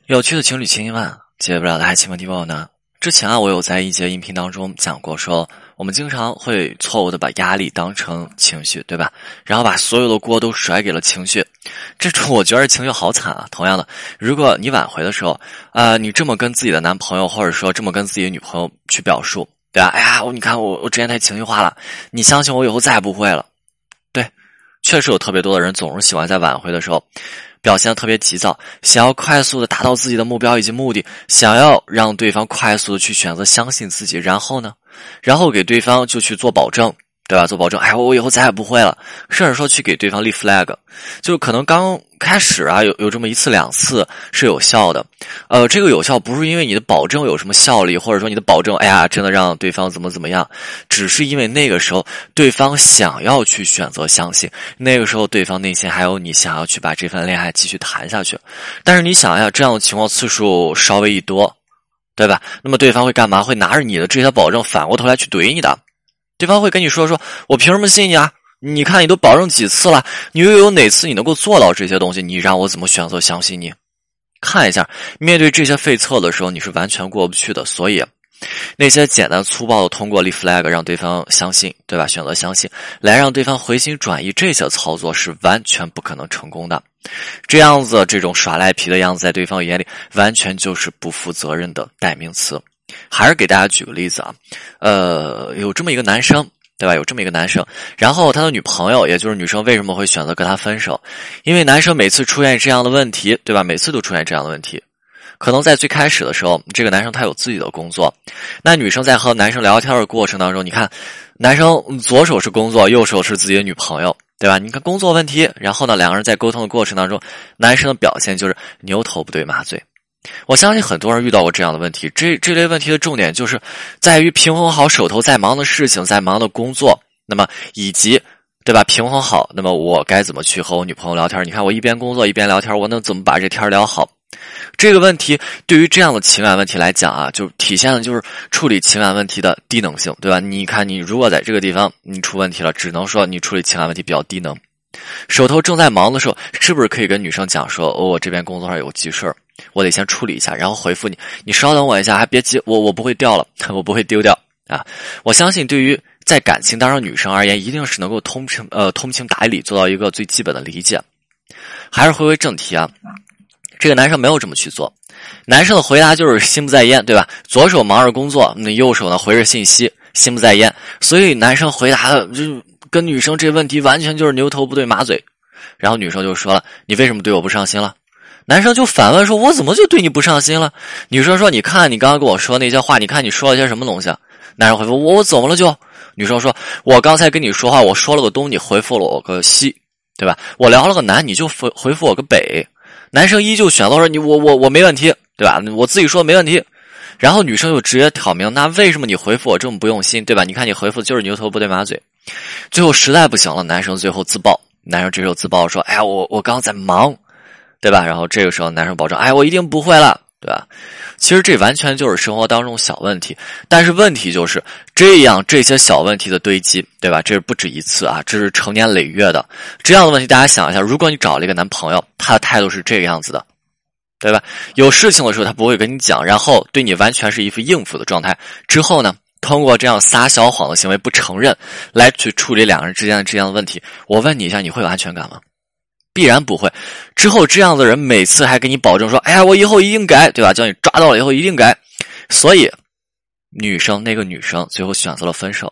有趣的情侣情一万，解不了的爱情问题不难。之前我有在一节音频当中讲过说，我们经常会错误的把压力当成情绪，对吧？然后把所有的锅都甩给了情绪，这种我觉得情绪好惨啊。同样的，如果你挽回的时候你这么跟自己的男朋友或者说这么跟自己的女朋友去表述，对吧？哎呀，你看我之前太情绪化了，你相信我以后再也不会了。对，确实有特别多的人总是喜欢在挽回的时候表现得特别急躁，想要快速的达到自己的目标以及目的，想要让对方快速的去选择相信自己，然后给对方就去做保证，对吧？做保证，哎，我以后再也不会了，甚至说去给对方立 flag， 就可能刚开始有这么一次两次是有效的，这个有效不是因为你的保证有什么效力，或者说你的保证，哎呀，真的让对方怎么样，只是因为那个时候对方想要去选择相信，那个时候对方内心还有你想要去把这份恋爱继续谈下去，但是你想呀，这样的情况次数稍微一多，对吧？那么对方会干嘛？会拿着你的这些保证反过头来去怼你的。对方会跟你说我凭什么信你啊？你看你都保证几次了，你又有哪次你能够做到这些东西？你让我怎么选择相信你？看一下，面对这些费测的时候，你是完全过不去的。所以，那些简单粗暴的通过立 flag 让对方相信，对吧？选择相信，来让对方回心转意，这些操作是完全不可能成功的。这样子，这种耍赖皮的样子，在对方眼里，完全就是不负责任的代名词。还是给大家举个例子啊，有这么一个男生，对吧？有这么一个男生，然后他的女朋友，也就是女生，为什么会选择跟他分手？因为男生每次出现这样的问题，对吧？每次都出现这样的问题。可能在最开始的时候，这个男生他有自己的工作，那女生在和男生聊天的过程当中，你看，男生左手是工作，右手是自己的女朋友，对吧？你看工作问题，然后呢，两个人在沟通的过程当中，男生的表现就是牛头不对马嘴。我相信很多人遇到过这样的问题，这类问题的重点就是在于平衡好手头在忙的事情，在忙的工作，那么以及对吧，平衡好，那么我该怎么去和我女朋友聊天？你看我一边工作一边聊天，我能怎么把这天聊好？这个问题对于这样的情感问题来讲啊，就体现的就是处理情感问题的低能性，对吧？你看你如果在这个地方你出问题了，只能说你处理情感问题比较低能。手头正在忙的时候，是不是可以跟女生讲说，我这边工作上有急事儿，我得先处理一下，然后回复你，你稍等我一下，还别急，我不会掉了，我不会丢掉啊！我相信对于在感情当中女生而言，一定是能够通情达理，做到一个最基本的理解。还是回归正题啊，这个男生没有这么去做，男生的回答就是心不在焉，对吧？左手忙着工作，那右手呢回着信息，心不在焉，所以男生回答的就跟女生这问题完全就是牛头不对马嘴。然后女生就说了，你为什么对我不上心了？男生就反问说，我怎么就对你不上心了？女生说，你看你刚刚跟我说那些话，你看你说了些什么东西啊？男生回复，我怎么了就？女生说，我刚才跟你说话，我说了个东，你回复了我个西，对吧？我聊了个南，你就回复我个北。男生依旧选择说，我没问题，对吧？我自己说没问题。然后女生又直接挑明，那为什么你回复我这么不用心，对吧？你看你回复就是牛头不对马嘴。最后实在不行了，男生最后自爆，男生这时候自爆说，哎呀，我刚刚在忙，对吧？然后这个时候男生保证，哎，我一定不会了，对吧？其实这完全就是生活当中小问题，但是问题就是这些小问题的堆积，对吧？这是不止一次啊，这是成年累月的这样的问题。大家想一下，如果你找了一个男朋友，他的态度是这个样子的，对吧？有事情的时候他不会跟你讲，然后对你完全是一副应付的状态，之后呢，通过这样撒小谎的行为不承认来去处理两个人之间的这样的问题，我问你一下，你会有安全感吗？必然不会。之后这样的人每次还给你保证说，哎呀，我以后一定改，对吧？叫你抓到了以后一定改。所以那个女生最后选择了分手。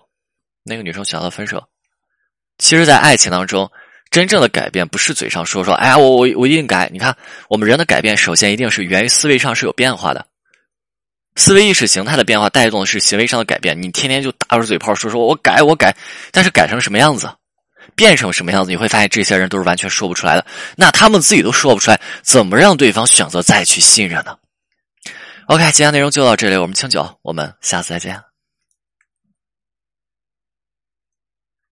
其实在爱情当中，真正的改变不是嘴上说哎呀，我一定改。你看我们人的改变首先一定是源于思维上是有变化的，思维意识形态的变化带动的是行为上的改变。你天天就打着嘴炮说我改，但是改成什么样子，变成什么样子，你会发现这些人都是完全说不出来的。那他们自己都说不出来，怎么让对方选择再去信任呢？ OK， 今天内容就到这里，我们清酒，我们下次再见。